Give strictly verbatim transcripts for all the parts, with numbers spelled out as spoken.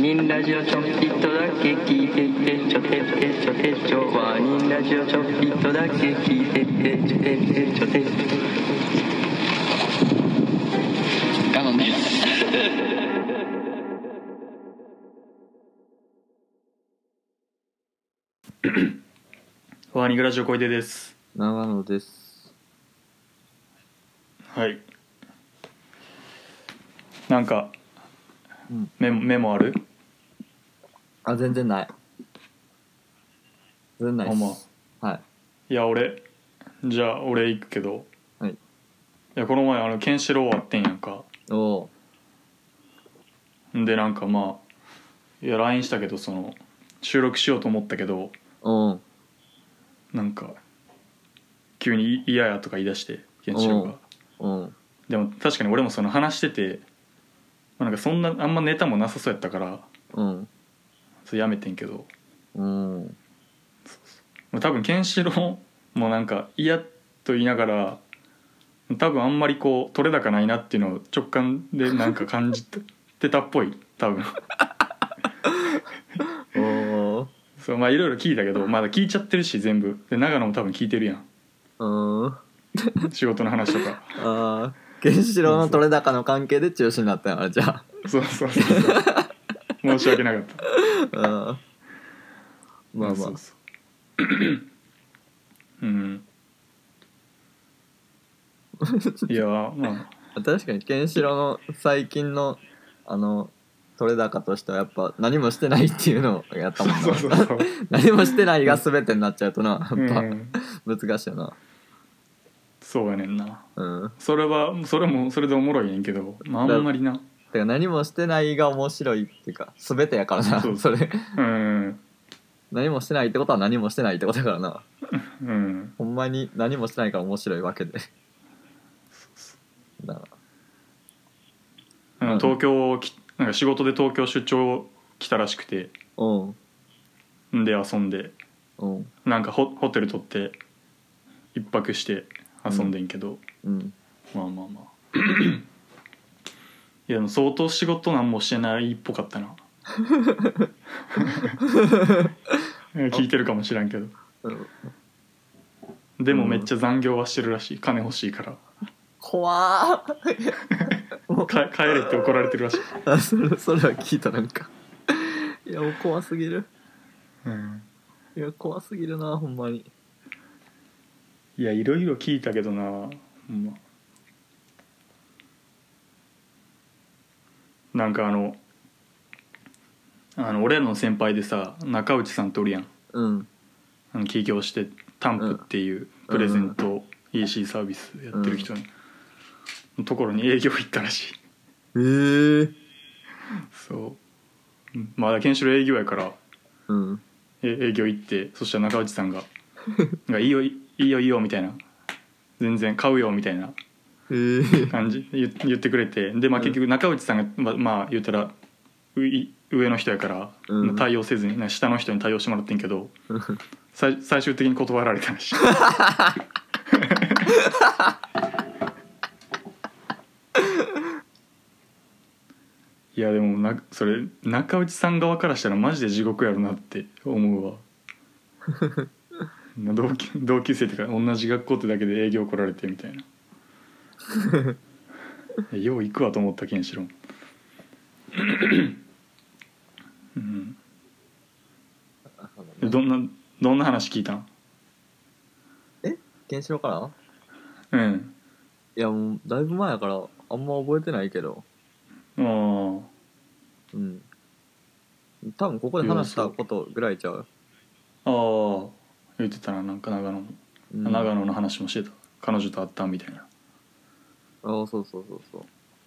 人ラジオちょっぴっとだけ聞いてってちょてってちょてちょワニンラジオちょっぴっとだけ聞いてってちょてってちょて我慢ですワニグラジオ小出です。 長野です。 はい。なんか、 うん、 メモ、メモある？ あ、全然ない。全然ないっす。 ほんま。 はい。 いや俺じゃあ俺行くけど、 はい。 いやこの前あのケンシロウ終わってんやんか。 おんでなんかまあいや ライン したけどその収録しようと思ったけど、 おなんか急に嫌やとか言い出してケンシロウが。 おでも確かに俺もその話してて、まあ、なんかそんなあんまネタもなさそうやったからうんそれやめてんけど、 うん多分ケンシロウもなんか嫌と言いながら多分あんまりこう取れ高ないなっていうのを直感でなんか感じてたっぽい多分おそうまあいろいろ聞いたけどまだ聞いちゃってるし全部で長野も多分聞いてるやんうん仕事の話とかああケンシロウの取れ高の関係で中止になったんやじゃあそうそうそうそう申し訳なかったあまあまあそうそううんいやまあ確かにケンシロウの最近のあの取れ高としてはやっぱ何もしてないっていうのをやったもんな。 そうそうそう何もしてないが全てになっちゃうとなやっぱ、 うん、 難しいよな。 そうやねんな。 うんそれはそれもそれでおもろいねんけど、まあ、あんまりな。 だから何もしてないが面白いっていうか全てやからな。 そうそれうん何もしてないってことは何もしてないってことだからな。 うんほんまに何もしてないから面白いわけで。だからあの東京きなんか仕事で東京出張来たらしくて、 うんんで遊んでうんなんかホホテル取って一泊して遊んでんけど、 うんまあまあまあいやでも相当仕事なんもしてないっぽかったな聞いてるかもしらんけど、でもめっちゃ残業はしてるらしい。金欲しいから怖ーか帰れって怒られてるらしい。 あそれそれは聞いた。なんかいやもう怖すぎる。 うんいや怖すぎるなほんまに。 いやいろいろ聞いたけどな、ほんまなんかあのあの俺らの先輩でさ中内さんっておるやん。 うんあの起業してタンプっていうプレゼント イーシー サービスやってる人のところに営業行ったらしい。 えー、 そうまだケンシロウ営業やからうんえ営業行って、そしたら中内さんが「いいよいいよいいよ」みたいな、全然買うよみたいなえー、 感じ言言ってくれて、でまあ結局中内さんがままあ言ったらう上の人やから、 うん、 対応せずに下の人に対応してもらってんけど最, 最終的に断られたらしいいやでもなそれ中内さん側からしたらマジで地獄やろなって思うわ同級同級生っていうか同じ学校ってだけで営業来られてみたいなよう行くわと思ったケンシロウうん、どんなどんな話聞いたん？ えケンシロウからうんいやもうだいぶ前やからあんま覚えてないけど、 ああうん多分ここで話したことぐらいちゃう。 ああ言ってたな、なんか長野、うん、長野の話もしてた。彼女と会ったみたいな。 ああそうそうそうそう。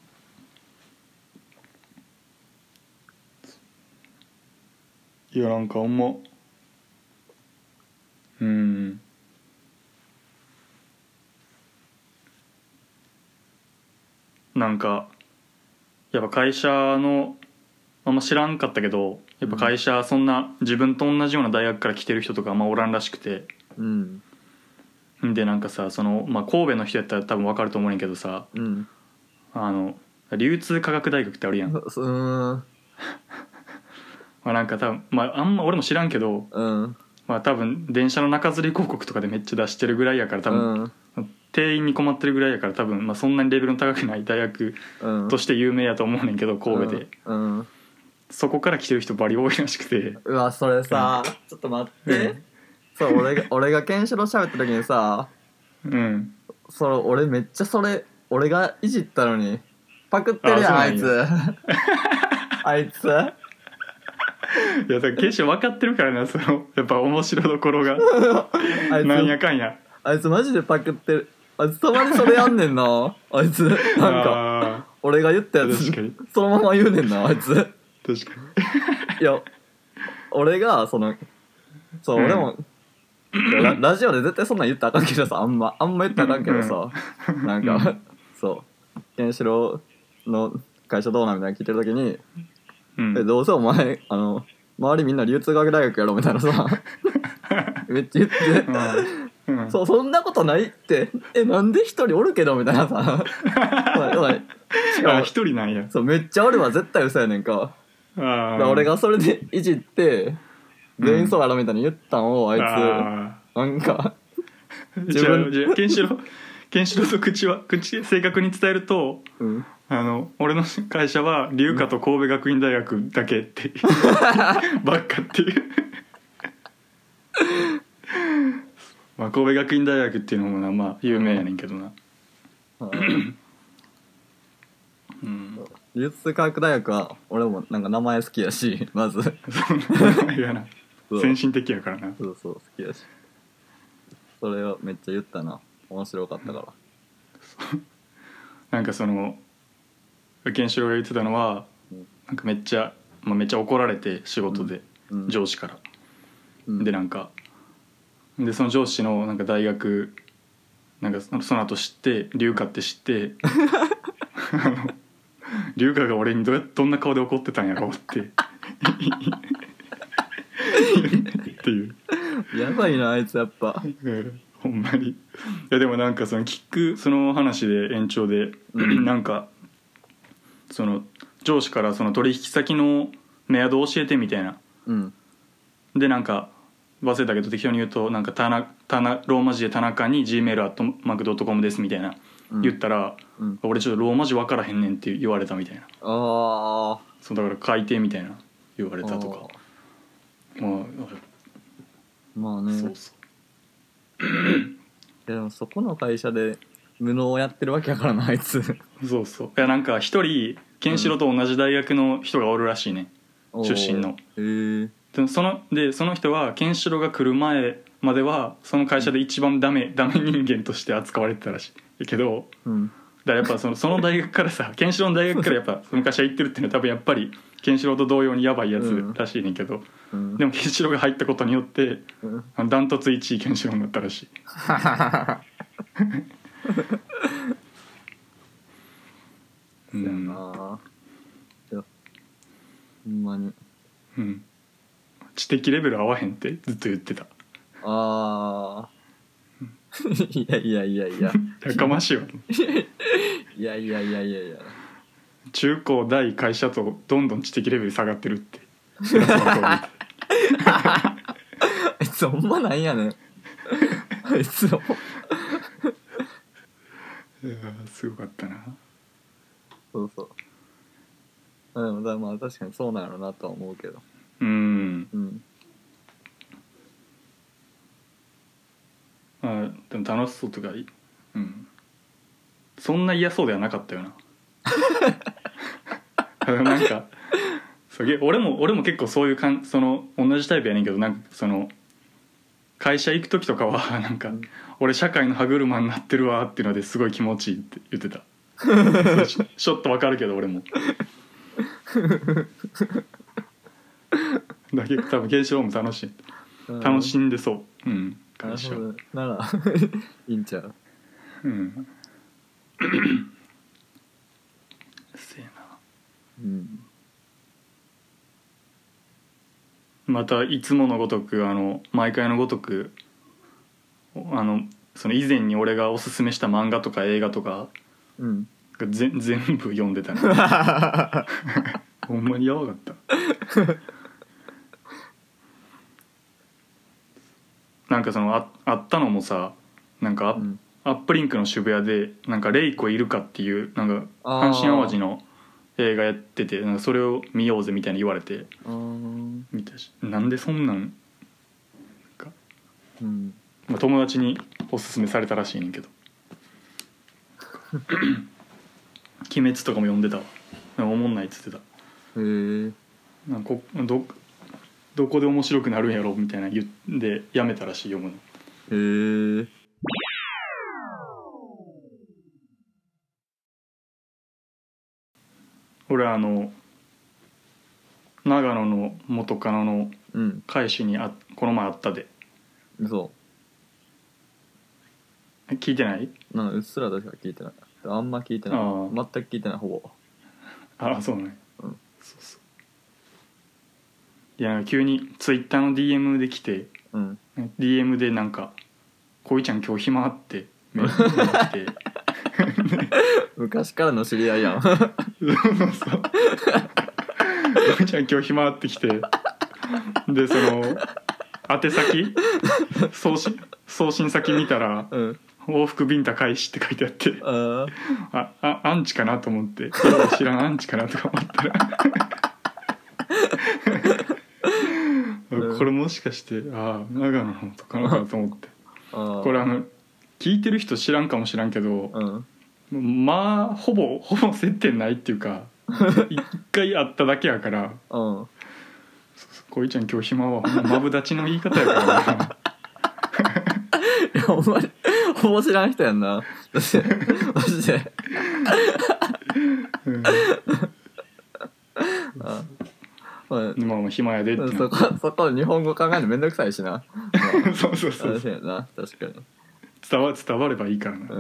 いやなんかあんまうんなんかやっぱ会社のあんま知らんかったけど、やっぱ会社そんな自分と同じような大学から来てる人とかあんまおらんらしくて、 うん、 でなんかさその、まあ、神戸の人やったら多分分かると思うねんけどさ、 うん、 あの流通科学大学ってあるやん。 うんまあ、なんか多分、まあ、あんま俺も知らんけど、 うんまあ、多分電車の中吊り広告とかでめっちゃ出してるぐらいやから多分、 うん、 店員に困ってるぐらいやから多分、まあ、そんなにレベルの高くない大学うん、 として有名やと思うねんけど神戸で、 うんうん、 そこから来てる人バリ多いらしくて。 うわそれさ、ちょっと待って、 うん、 そう俺が俺がケンシロウ喋った時にさ、 うんそれ俺めっちゃそれ俺がいじったのにパクってるやん あ, あいつあいついやだから決勝分かってるからな、そのやっぱ面白どころがあいつなんやかんや。 あいつマジでパクってる。あいつたまにそれやんねんなあいつなんか俺が言ったやつそのまま言うねんなあいつ。確かにいや俺がそのそう、うん、俺もラ, ラジオで絶対そんなん言ったらあかんけどさ、あんまあんま言ったらあかんけどさ、うん、なんか、うん、そうケンシロウの会社どうなんみたいな聞いてる時に、うん、えどうせお前あの周りみんな流通学大学やろみたいなさめっちゃ言って、うんうん、そうそんなことないってえなんで一人おるけどみたいなさしかも一人なんや。 そうめっちゃおるわ絶対嘘やねんか。あ俺がそれでいじって全員そうやろみたいに言ったんを、うん、あいつなんか自分じゃケンシロウケンシロウと口は口正確に伝えると、うん、あの俺の会社は龍華と神戸学院大学だけってばっかっていうまあ神戸学院大学っていうのもなまあ有名やねんけどな、 うん、流通科学大学は俺もなんか名前好きやしまずいやな先進的やからな。 そうそう好きやしそれをめっちゃ言ったな面白かったからなんかそのケンシロウが言ってたのは、うん、なんかめっちゃ、まあ、めっちゃ怒られて仕事で、うん、上司から、うん、でなんかでその上司のなんか大学なんかその後知って龍華って知ってあの龍華が俺にどうやどんな顔で怒ってたんやろうってっていうやばいなあいつやっぱほんまに。いやでもなんかその聞くその話で延長で、うん、なんかその上司からその取引先のメアド教えてみたいな、うん、でなんか忘れたけど適当に言うとなんかタナタナローマ字で田中に ジーメール アットマーク ドットコム ですみたいな、うん、言ったら、うん、俺ちょっとローマ字分からへんねんって言われたみたいな。あそうだから書いてみたいな言われたとか。まあまあねそうそうでもそこの会社で無能をやってるわけやからなあいつそうそういやなんか一人ケンシロウと同じ大学の人がおるらしいね、うん、出身の。へえ。でそのでその人はケンシロウが来る前まではその会社で一番ダメダメ人間として扱われてたらしいけど、うん、だからやっぱそのその大学からさケンシロウの大学からやっぱその会社行ってるっていうのは多分やっぱりケンシロウと同様にヤバいやつらしいねんけど、うん、でもケンシロウが入ったことによってダン、うん、トツいちいケンシロウになったらしいうん、なほんまに、 うん、知的レベル合わへんってずっと言ってた。 あいやいやいやいややかましいわいやいやいやいやいや中高大会社とどんどん知的レベル下がってるってあいつほんまなんやねんあいつもいやすごかったな。 そうそうでもだまあ確かにそうなんやろなとは思うけどうんうんあでも楽しそうとかいい、うん、そんな嫌そうではなかったよななんかそげ俺も俺も結構そういうかんその同じタイプやねんけどなんかその会社行く時とかはなんか、うん、俺社会の歯車になってるわっていうのですごい気持ちいいって言ってたちょっとわかるけど俺もだけど多分ケンシロウも楽しい楽しんでそう、うん、会社ならいいんちゃう。うんせやな、うん、またいつものごとくあの毎回のごとくあのその以前に俺がおすすめした漫画とか映画とか、うん、ぜ全部読んでたねほんまにやばかったなんかそのああったのもさなんかア,、 うん、 アップリンクの渋谷でなんかレイコいるかっていうなんかあー阪神・淡路の映画やっててなんかそれを見ようぜみたいに言われてうーん、 見たしなんでそんなんか、 うん、 まあ、友達におすすめされたらしいねんけど鬼滅とかも読んでたわなんかおもんないっつってたへえ。 なんかこどどこで面白くなるんやろみたいな言ってやめたらしい読むの。 へえ。 俺あの長野の元カノのうん彼氏にあこの前会ったでそ聞いてない？ うなんかうっすらだしか聞いてない。あんま聞いてない。 あ全く聞いてないほぼ。 ああそうね、 うん、 そうそういや急にツイッターの ディーエム で来て、 うん、 ディーエム でなんか「こいちゃん今日暇あって」メールが来て昔からの知り合いやん。 そうそうそうこいちゃん今日暇あってきてでその宛先送信送信先見たらうん、 往復ビンタ開始って書いてあってあああアンチかなと思ってよう知らんアンチかなとか思ったらこれもしかしてああ長野のとかなかなと思ってあこれあの聞いてる人知らんかもしらんけどうんまあほぼほぼ接点ないっていうか一回会っただけやからうんこいちゃん今日暇はほんまマブダチの言い方やからないやほんまにほぼ知らん人やんなマジでマジでうんあまあまあまあ暇やでってなそこそこ日本語考えるのめんどくさいしな、まあ、 そうそうそう確かにな確かに伝わ伝わればいいからな、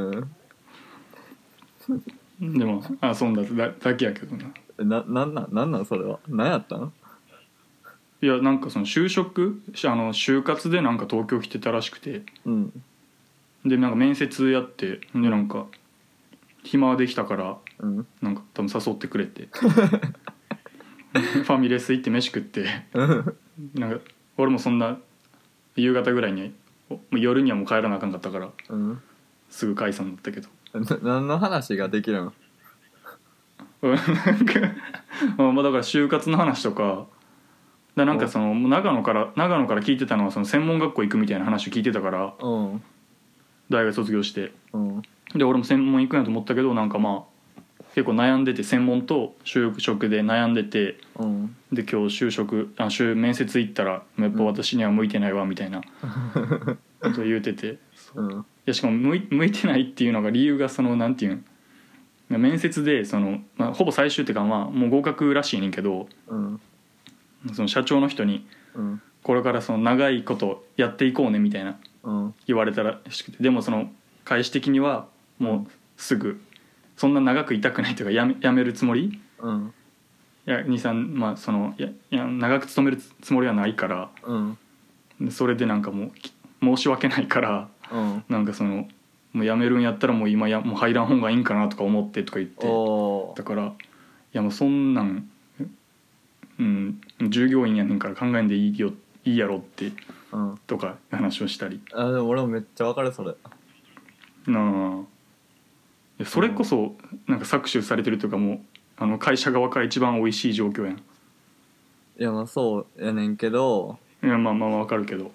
うんでも遊んだだだけやけどなななんなんなんなんそれは何やったんいやなんかその就職あの就活でなんか東京来てたらしくてうんでなんか面接やってでなんか暇できたからうんなんか多分誘ってくれてファミレス行って飯食ってうんなんか俺もそんな夕方ぐらいにお夜にはもう帰らなあかんかったからうんすぐ解散だったけどな何の話ができるのなんかまあだから就活の話とかだなんかその長野から長野から聞いてたのはその専門学校行くみたいな話を聞いてたからうん大学卒業してうんで俺も専門行くんやと思ったけどなんかまあ結構悩んでて専門と就職で悩んでてうんで今日就職あ就面接行ったらやっぱ私には向いてないわみたいなこと言うててそううんいやしかも向い、向いてないっていうのが理由がそのなんていうん面接でその、まあ、ほぼ最終っていうかまあもう合格らしいねんけどうんその社長の人にうんこれからその長いことやっていこうねみたいなうん言われたらしくてでもその開始的にはもうすぐそんな長くいたくないというかやめ、やめるつもりうんいやにさんまあそのいやいや長く勤めるつもりはないからうんでそれでなんかもう申し訳ないからうんなんかそのもう辞めるんやったらもう今やもう入らん方がいいんかなとか思ってとか言っておーだからいやもうそんなんうん従業員やねんから考えんでいいよいいやろってうんとか話をしたりあでも俺もめっちゃわかるそれなあいやそれこそなんか搾取されてるというかもうあの会社側から一番美味しい状況やんいやまあそうやねんけどいやまあまあわかるけど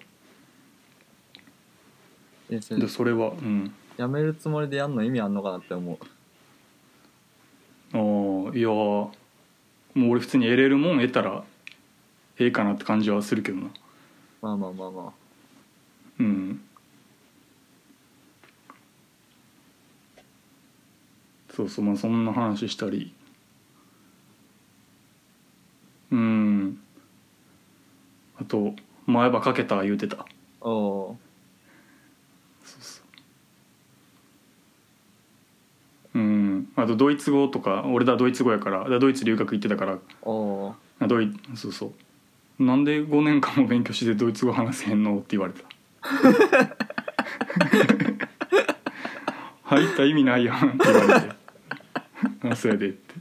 いやそでそれはうんやめるつもりでやんの意味あんのかなって思うああいやもう俺普通に得れるもん得たらええかなって感じはするけどなまあまあまあまあうんそうそうまあそんな話したりうんあと前歯かけた言うてたおおそうそううんあとドイツ語とか俺だドイツ語やからだドイツ留学行ってたからおおあドイそうそうなんでごねんかんも勉強してドイツ語話せへんのって言われた入った意味ないやんって言われてあそうやでって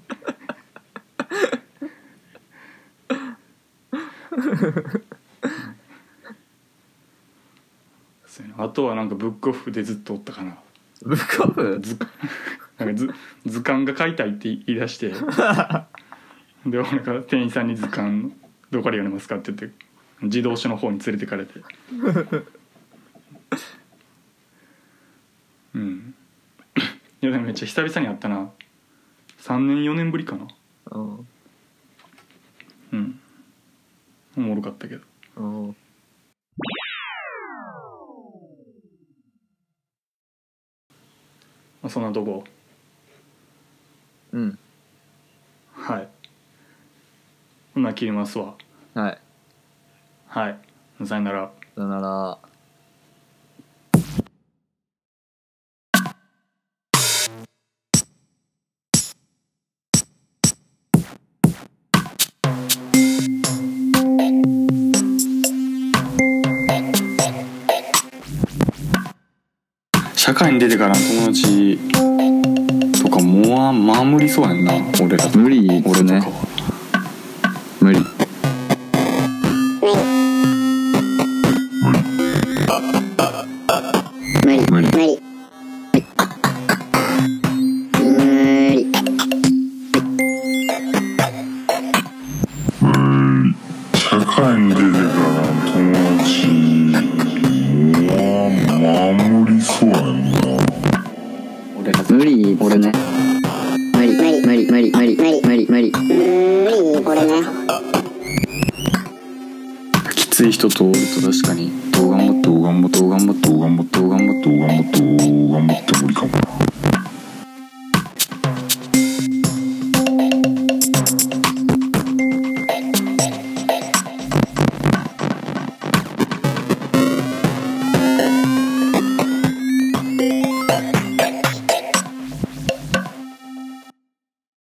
あとはなんかブックオフでずっとおったかな。 ブックオフ図なんか図図鑑が買いたいって言い出してで俺が店員さんに図鑑どこから読めますかって言って自動書の方に連れてかれてうんいやでもめっちゃ久々に会ったな。さんねんよねんぶりかな。 うんうんおもろかったけど。 うんまあ、そんなとこ。 うんはいほな切りますわ。 はいはいさよなら。 さよなら。 社会に出てからの友達とかもうまあ無理そうやんな俺らとか。 無理ですね。 俺とかは無理。 無理無理無理社会に出てから友達はまあ無理そうやんな。 俺ら無理俺ね。 無理無理無理無理無理無理無理無理無理これね。 きつい人とおると確かにどう頑張ってどう頑張ってどう頑張ってどう頑張ってどう頑張ってどう頑張って無理かもな。